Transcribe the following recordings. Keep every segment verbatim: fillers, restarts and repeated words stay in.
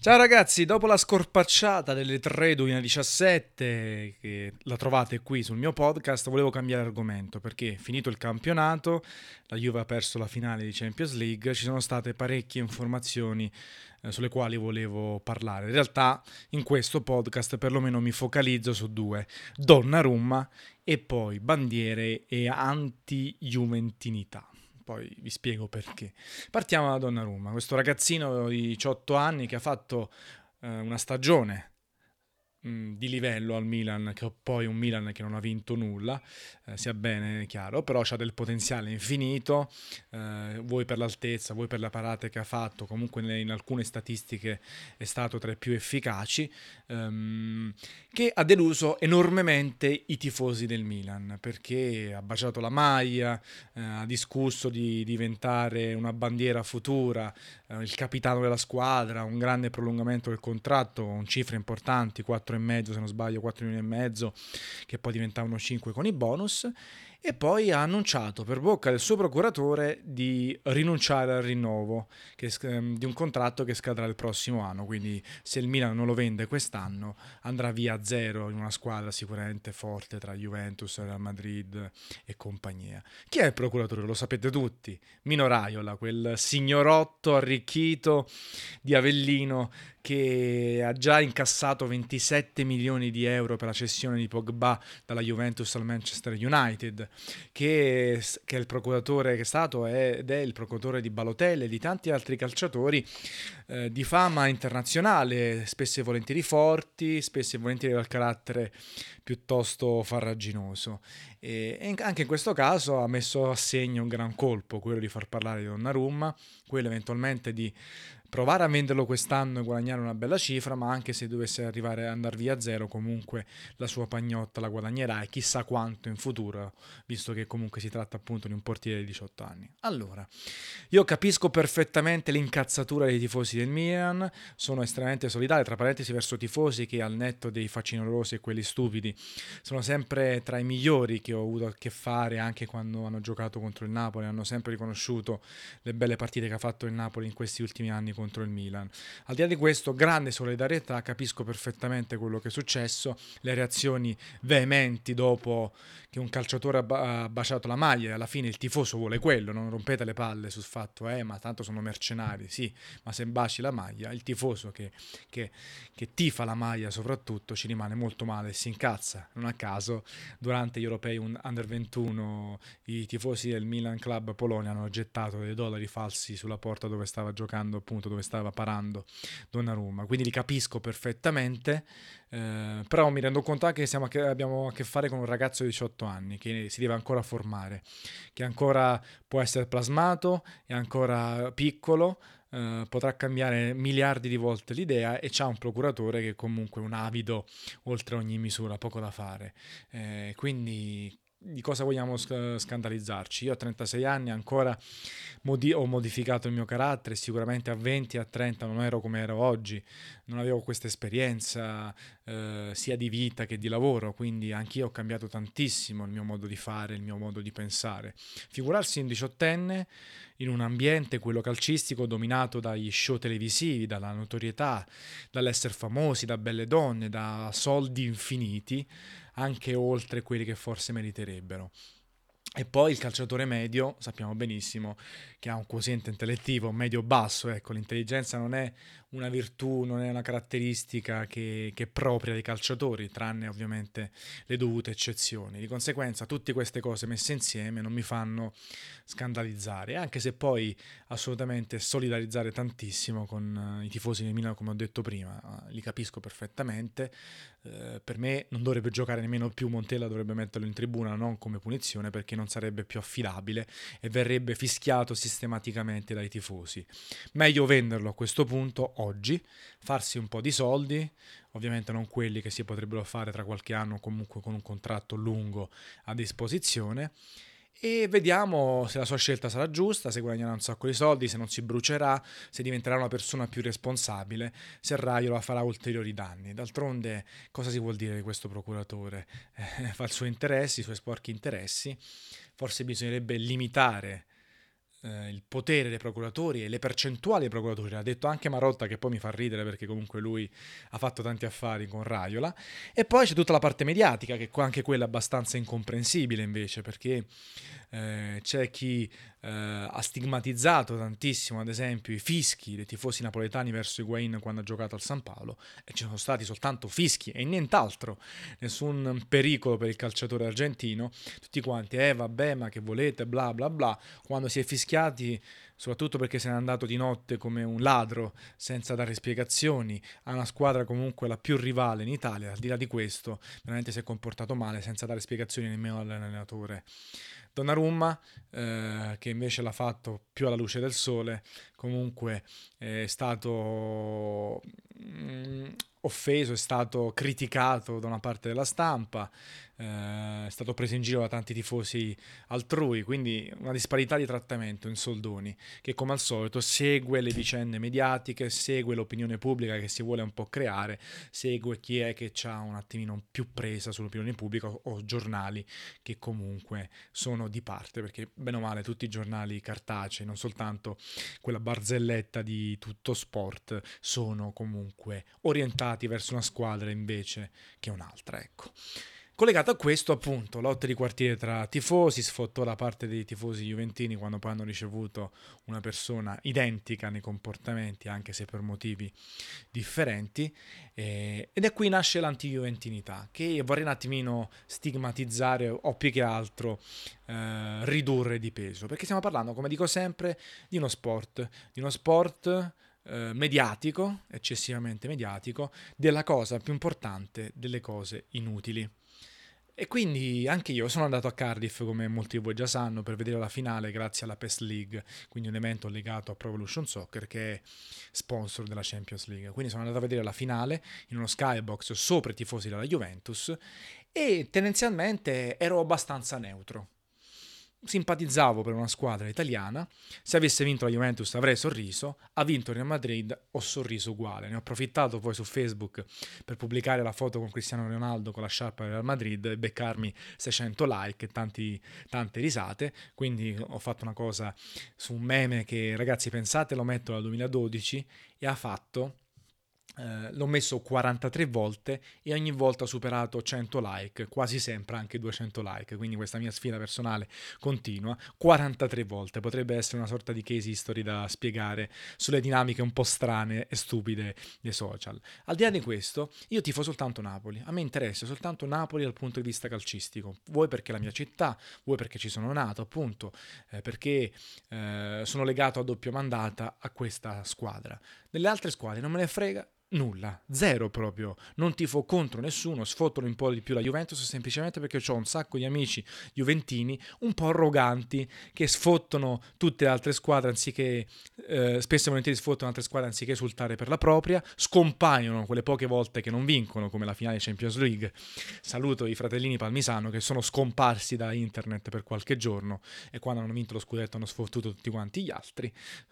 Ciao ragazzi, dopo la scorpacciata delle tre duemiladiciassette, che la trovate qui sul mio podcast, volevo cambiare argomento perché finito il campionato, la Juve ha perso la finale di Champions League, ci sono state parecchie informazioni eh, sulle quali volevo parlare. In realtà in questo podcast perlomeno mi focalizzo su due, Donnarumma e poi bandiere e anti-juventinità. Poi vi spiego perché. Partiamo da Donnarumma, questo ragazzino di diciotto anni che ha fatto eh, una stagione mh, di livello al Milan, che poi un Milan che non ha vinto nulla, eh, sia bene chiaro, però ha del potenziale infinito, eh, vuoi per l'altezza, vuoi per le parate che ha fatto, comunque in alcune statistiche è stato tra i più efficaci, ehm, che ha deluso enormemente i tifosi del Milan, perché ha baciato la maglia, eh, ha discusso di diventare una bandiera futura, eh, il capitano della squadra, un grande prolungamento del contratto, con cifre importanti, quattro e mezzo se non sbaglio, quattro milioni e mezzo, che poi diventavano cinque con i bonus, e poi ha annunciato per bocca del suo procuratore di rinunciare al rinnovo che, ehm, di un contratto che scadrà il prossimo anno, quindi se il Milan non lo vende quest'anno andrà via a zero in una squadra sicuramente forte tra Juventus, Real Madrid e compagnia. Chi è il procuratore? Lo sapete tutti, Mino Raiola, quel signorotto arricchito di Avellino che ha già incassato ventisette milioni di euro per la cessione di Pogba dalla Juventus al Manchester United, che, che è il procuratore che è stato ed è il procuratore di Balotelli e di tanti altri calciatori eh, di fama internazionale, spesso e volentieri forti, spesso e volentieri dal carattere piuttosto farraginoso. E, e anche in questo caso ha messo a segno un gran colpo, quello di far parlare di Donnarumma, quello eventualmente di provare a venderlo quest'anno e guadagnare una bella cifra, ma anche se dovesse arrivare ad andare via a zero, comunque la sua pagnotta la guadagnerà e chissà quanto in futuro, visto che comunque si tratta appunto di un portiere di diciotto anni. Allora, io capisco perfettamente l'incazzatura dei tifosi del Milan, sono estremamente solidale, tra parentesi, verso tifosi che al netto dei facinorosi e quelli stupidi sono sempre tra i migliori che ho avuto a che fare anche quando hanno giocato contro il Napoli, hanno sempre riconosciuto le belle partite che ha fatto il Napoli in questi ultimi anni contro il Milan. Al di là di questo, grande solidarietà, capisco perfettamente quello che è successo, le reazioni veementi dopo che un calciatore ha baciato la maglia e alla fine il tifoso vuole quello, non rompete le palle sul fatto, eh, ma tanto sono mercenari, sì, ma se baci la maglia, il tifoso che, che, che tifa la maglia soprattutto ci rimane molto male e si incazza. Non a caso, durante gli europei under ventuno i tifosi del Milan Club Polonia hanno gettato dei dollari falsi sulla porta dove stava giocando, appunto dove stava parando Donnarumma, quindi li capisco perfettamente, eh, però mi rendo conto anche che siamo a che abbiamo a che fare con un ragazzo di diciotto anni che si deve ancora formare, che ancora può essere plasmato, è ancora piccolo, eh, potrà cambiare miliardi di volte l'idea e c'ha un procuratore che comunque è un avido oltre ogni misura, poco da fare. Eh, quindi di cosa vogliamo sc- scandalizzarci? Io a trentasei anni ancora modi- ho modificato il mio carattere, sicuramente a venti e a trenta non ero come ero oggi, non avevo questa esperienza eh, sia di vita che di lavoro, quindi anch'io ho cambiato tantissimo il mio modo di fare, il mio modo di pensare. Figurarsi un diciottenne in un ambiente, quello calcistico, dominato dagli show televisivi, dalla notorietà, dall'essere famosi, da belle donne, da soldi infiniti, anche oltre quelli che forse meriterebbero. E poi il calciatore medio, sappiamo benissimo che ha un quoziente intellettivo medio-basso, ecco, l'intelligenza non è una virtù, non è una caratteristica che, che è propria dei calciatori, tranne ovviamente le dovute eccezioni. Di conseguenza tutte queste cose messe insieme non mi fanno scandalizzare, anche se poi assolutamente solidarizzare tantissimo con uh, i tifosi del Milan, come ho detto prima, uh, li capisco perfettamente. Uh, per me non dovrebbe giocare nemmeno più Montella, dovrebbe metterlo in tribuna non come punizione perché non sarebbe più affidabile e verrebbe fischiato sistematicamente dai tifosi. Meglio venderlo a questo punto oggi, farsi un po' di soldi, ovviamente non quelli che si potrebbero fare tra qualche anno comunque con un contratto lungo a disposizione, e vediamo se la sua scelta sarà giusta, se guadagnerà un sacco di soldi, se non si brucerà, se diventerà una persona più responsabile, se Raiola farà ulteriori danni. D'altronde cosa si vuol dire di questo procuratore? Eh, fa i suoi interessi, i suoi sporchi interessi, forse bisognerebbe limitare eh, il potere dei procuratori e le percentuali dei procuratori. L'ha detto anche Marotta, che poi mi fa ridere perché comunque lui ha fatto tanti affari con Raiola. E poi c'è tutta la parte mediatica, che qua anche quella è abbastanza incomprensibile invece, perché eh, c'è chi eh, ha stigmatizzato tantissimo, ad esempio, i fischi dei tifosi napoletani verso Higuain quando ha giocato al San Paolo, e ci sono stati soltanto fischi e nient'altro, nessun pericolo per il calciatore argentino. Tutti quanti, eh vabbè, ma che volete, bla bla bla, quando si è fischiati, soprattutto perché se n'è andato di notte come un ladro senza dare spiegazioni a una squadra comunque la più rivale in Italia. Al di là di questo, veramente si è comportato male senza dare spiegazioni nemmeno all'allenatore. Donnarumma, eh, che invece l'ha fatto più alla luce del sole, comunque è stato mm, offeso, è stato criticato da una parte della stampa, eh, è stato preso in giro da tanti tifosi altrui, quindi una disparità di trattamento in soldoni, che come al solito segue le vicende mediatiche, segue l'opinione pubblica che si vuole un po' creare, segue chi è che ha un attimino più presa sull'opinione pubblica, o giornali che comunque sono di parte, perché bene o male tutti i giornali cartacei, non soltanto quella barzelletta di Tutto Sport, sono comunque orientati verso una squadra invece che un'altra, ecco. Collegato a questo, appunto, lotte di quartiere tra tifosi, sfottò la parte dei tifosi juventini quando poi hanno ricevuto una persona identica nei comportamenti, anche se per motivi differenti, eh, ed è qui nasce l'anti-juventinità, che vorrei un attimino stigmatizzare o più che altro eh, ridurre di peso, perché stiamo parlando, come dico sempre, di uno sport, di uno sport eh, mediatico, eccessivamente mediatico, della cosa più importante delle cose inutili. E quindi anche io sono andato a Cardiff, come molti di voi già sanno, per vedere la finale grazie alla P E S League, quindi un evento legato a Pro Evolution Soccer che è sponsor della Champions League. Quindi sono andato a vedere la finale in uno skybox sopra i tifosi della Juventus e tendenzialmente ero abbastanza neutro. Simpatizzavo per una squadra italiana, se avesse vinto la Juventus avrei sorriso, ha vinto il Real Madrid, ho sorriso uguale. Ne ho approfittato poi su Facebook per pubblicare la foto con Cristiano Ronaldo con la sciarpa del Real Madrid e beccarmi seicento like e tanti, tante risate, quindi ho fatto una cosa su un meme che, ragazzi, pensate, lo metto dal duemiladodici e ha fatto... Uh, l'ho messo quarantatré volte e ogni volta ho superato cento like, quasi sempre anche duecento like, quindi questa mia sfida personale continua, quarantatré volte, potrebbe essere una sorta di case history da spiegare sulle dinamiche un po' strane e stupide dei social. Al di là di questo, io tifo soltanto Napoli, a me interessa soltanto Napoli dal punto di vista calcistico, vuoi perché è la mia città, vuoi perché ci sono nato, appunto, eh, perché eh, sono legato a doppia mandata a questa squadra. Delle altre squadre non me ne frega nulla, zero proprio, non tifo contro nessuno, sfottano un po' di più la Juventus semplicemente perché ho un sacco di amici juventini un po' arroganti che sfottano tutte le altre squadre anziché, eh, spesso e volentieri sfottano altre squadre anziché esultare per la propria, scompaiono quelle poche volte che non vincono come la finale Champions League. Saluto i fratellini Palmisano che sono scomparsi da internet per qualche giorno e quando hanno vinto lo scudetto hanno sfottuto tutti quanti gli altri.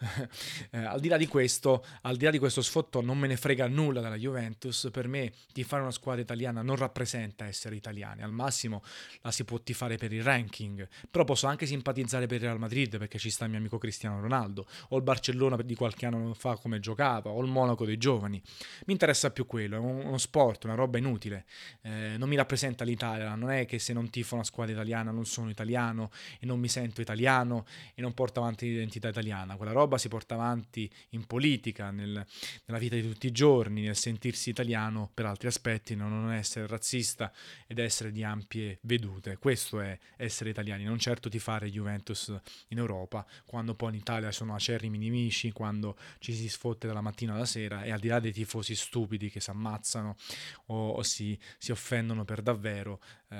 eh, al di là di questo, al di là di questo sfotto non me ne frega nulla dalla Juventus. Per me tifare una squadra italiana non rappresenta essere italiani, al massimo la si può tifare per il ranking, però posso anche simpatizzare per il Real Madrid perché ci sta il mio amico Cristiano Ronaldo, o il Barcellona di qualche anno fa come giocava, o il Monaco dei giovani. Mi interessa più quello, è uno sport, una roba inutile, eh, non mi rappresenta l'Italia, non è che se non tifo una squadra italiana non sono italiano e non mi sento italiano e non porto avanti l'identità italiana. Quella roba si porta avanti in politica, nel, nella vita di tutti i giorni, nel sentirsi italiano per altri aspetti, non essere razzista ed essere di ampie vedute. Questo è essere italiani, non certo tifare Juventus in Europa, quando poi in Italia sono acerrimi nemici, quando ci si sfotte dalla mattina alla sera e al di là dei tifosi stupidi che si ammazzano o, o si, si offendono per davvero,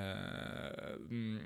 eh,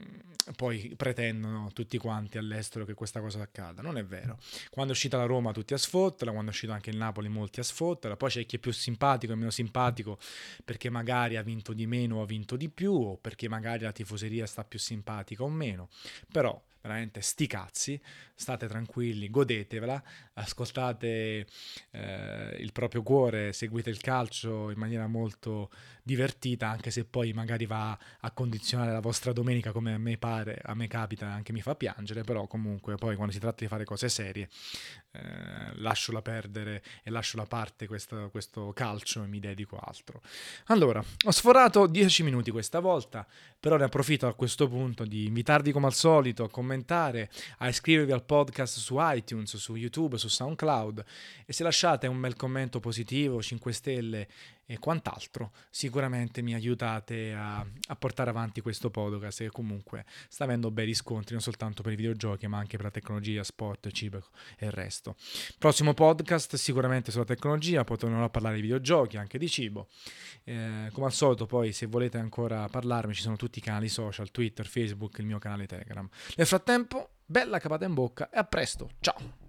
poi pretendono tutti quanti all'estero che questa cosa accada. Non è vero. Quando è uscita la Roma tutti a sfotterla, quando è uscito anche il Napoli molti a sfotterla, poi c'è chi è più simpatico e meno simpatico perché magari ha vinto di meno o ha vinto di più, o perché magari la tifoseria sta più simpatica o meno, però veramente sti cazzi, state tranquilli, godetevela, ascoltate eh, il proprio cuore, seguite il calcio in maniera molto divertita, anche se poi magari va a condizionare la vostra domenica come a me pare, a me capita, anche mi fa piangere, però comunque poi quando si tratta di fare cose serie eh, lascio perdere e lascio da parte questo, questo calcio e mi dedico a altro. Allora, ho sforato dieci minuti questa volta, però ne approfitto a questo punto di invitarvi come al solito a commentare, a iscrivervi al podcast su iTunes, su YouTube, su SoundCloud, e se lasciate un bel commento positivo, cinque stelle e quant'altro, sicuramente mi aiutate a, a portare avanti questo podcast che comunque sta avendo bei riscontri non soltanto per i videogiochi ma anche per la tecnologia, sport, cibo e il resto. Prossimo podcast sicuramente sulla tecnologia, poi tornerò a parlare di videogiochi, anche di cibo. Eh, come al solito poi se volete ancora parlarmi ci sono tutti i canali social, Twitter, Facebook, il mio canale Telegram. Nel frattempo, bella capata in bocca e a presto, ciao!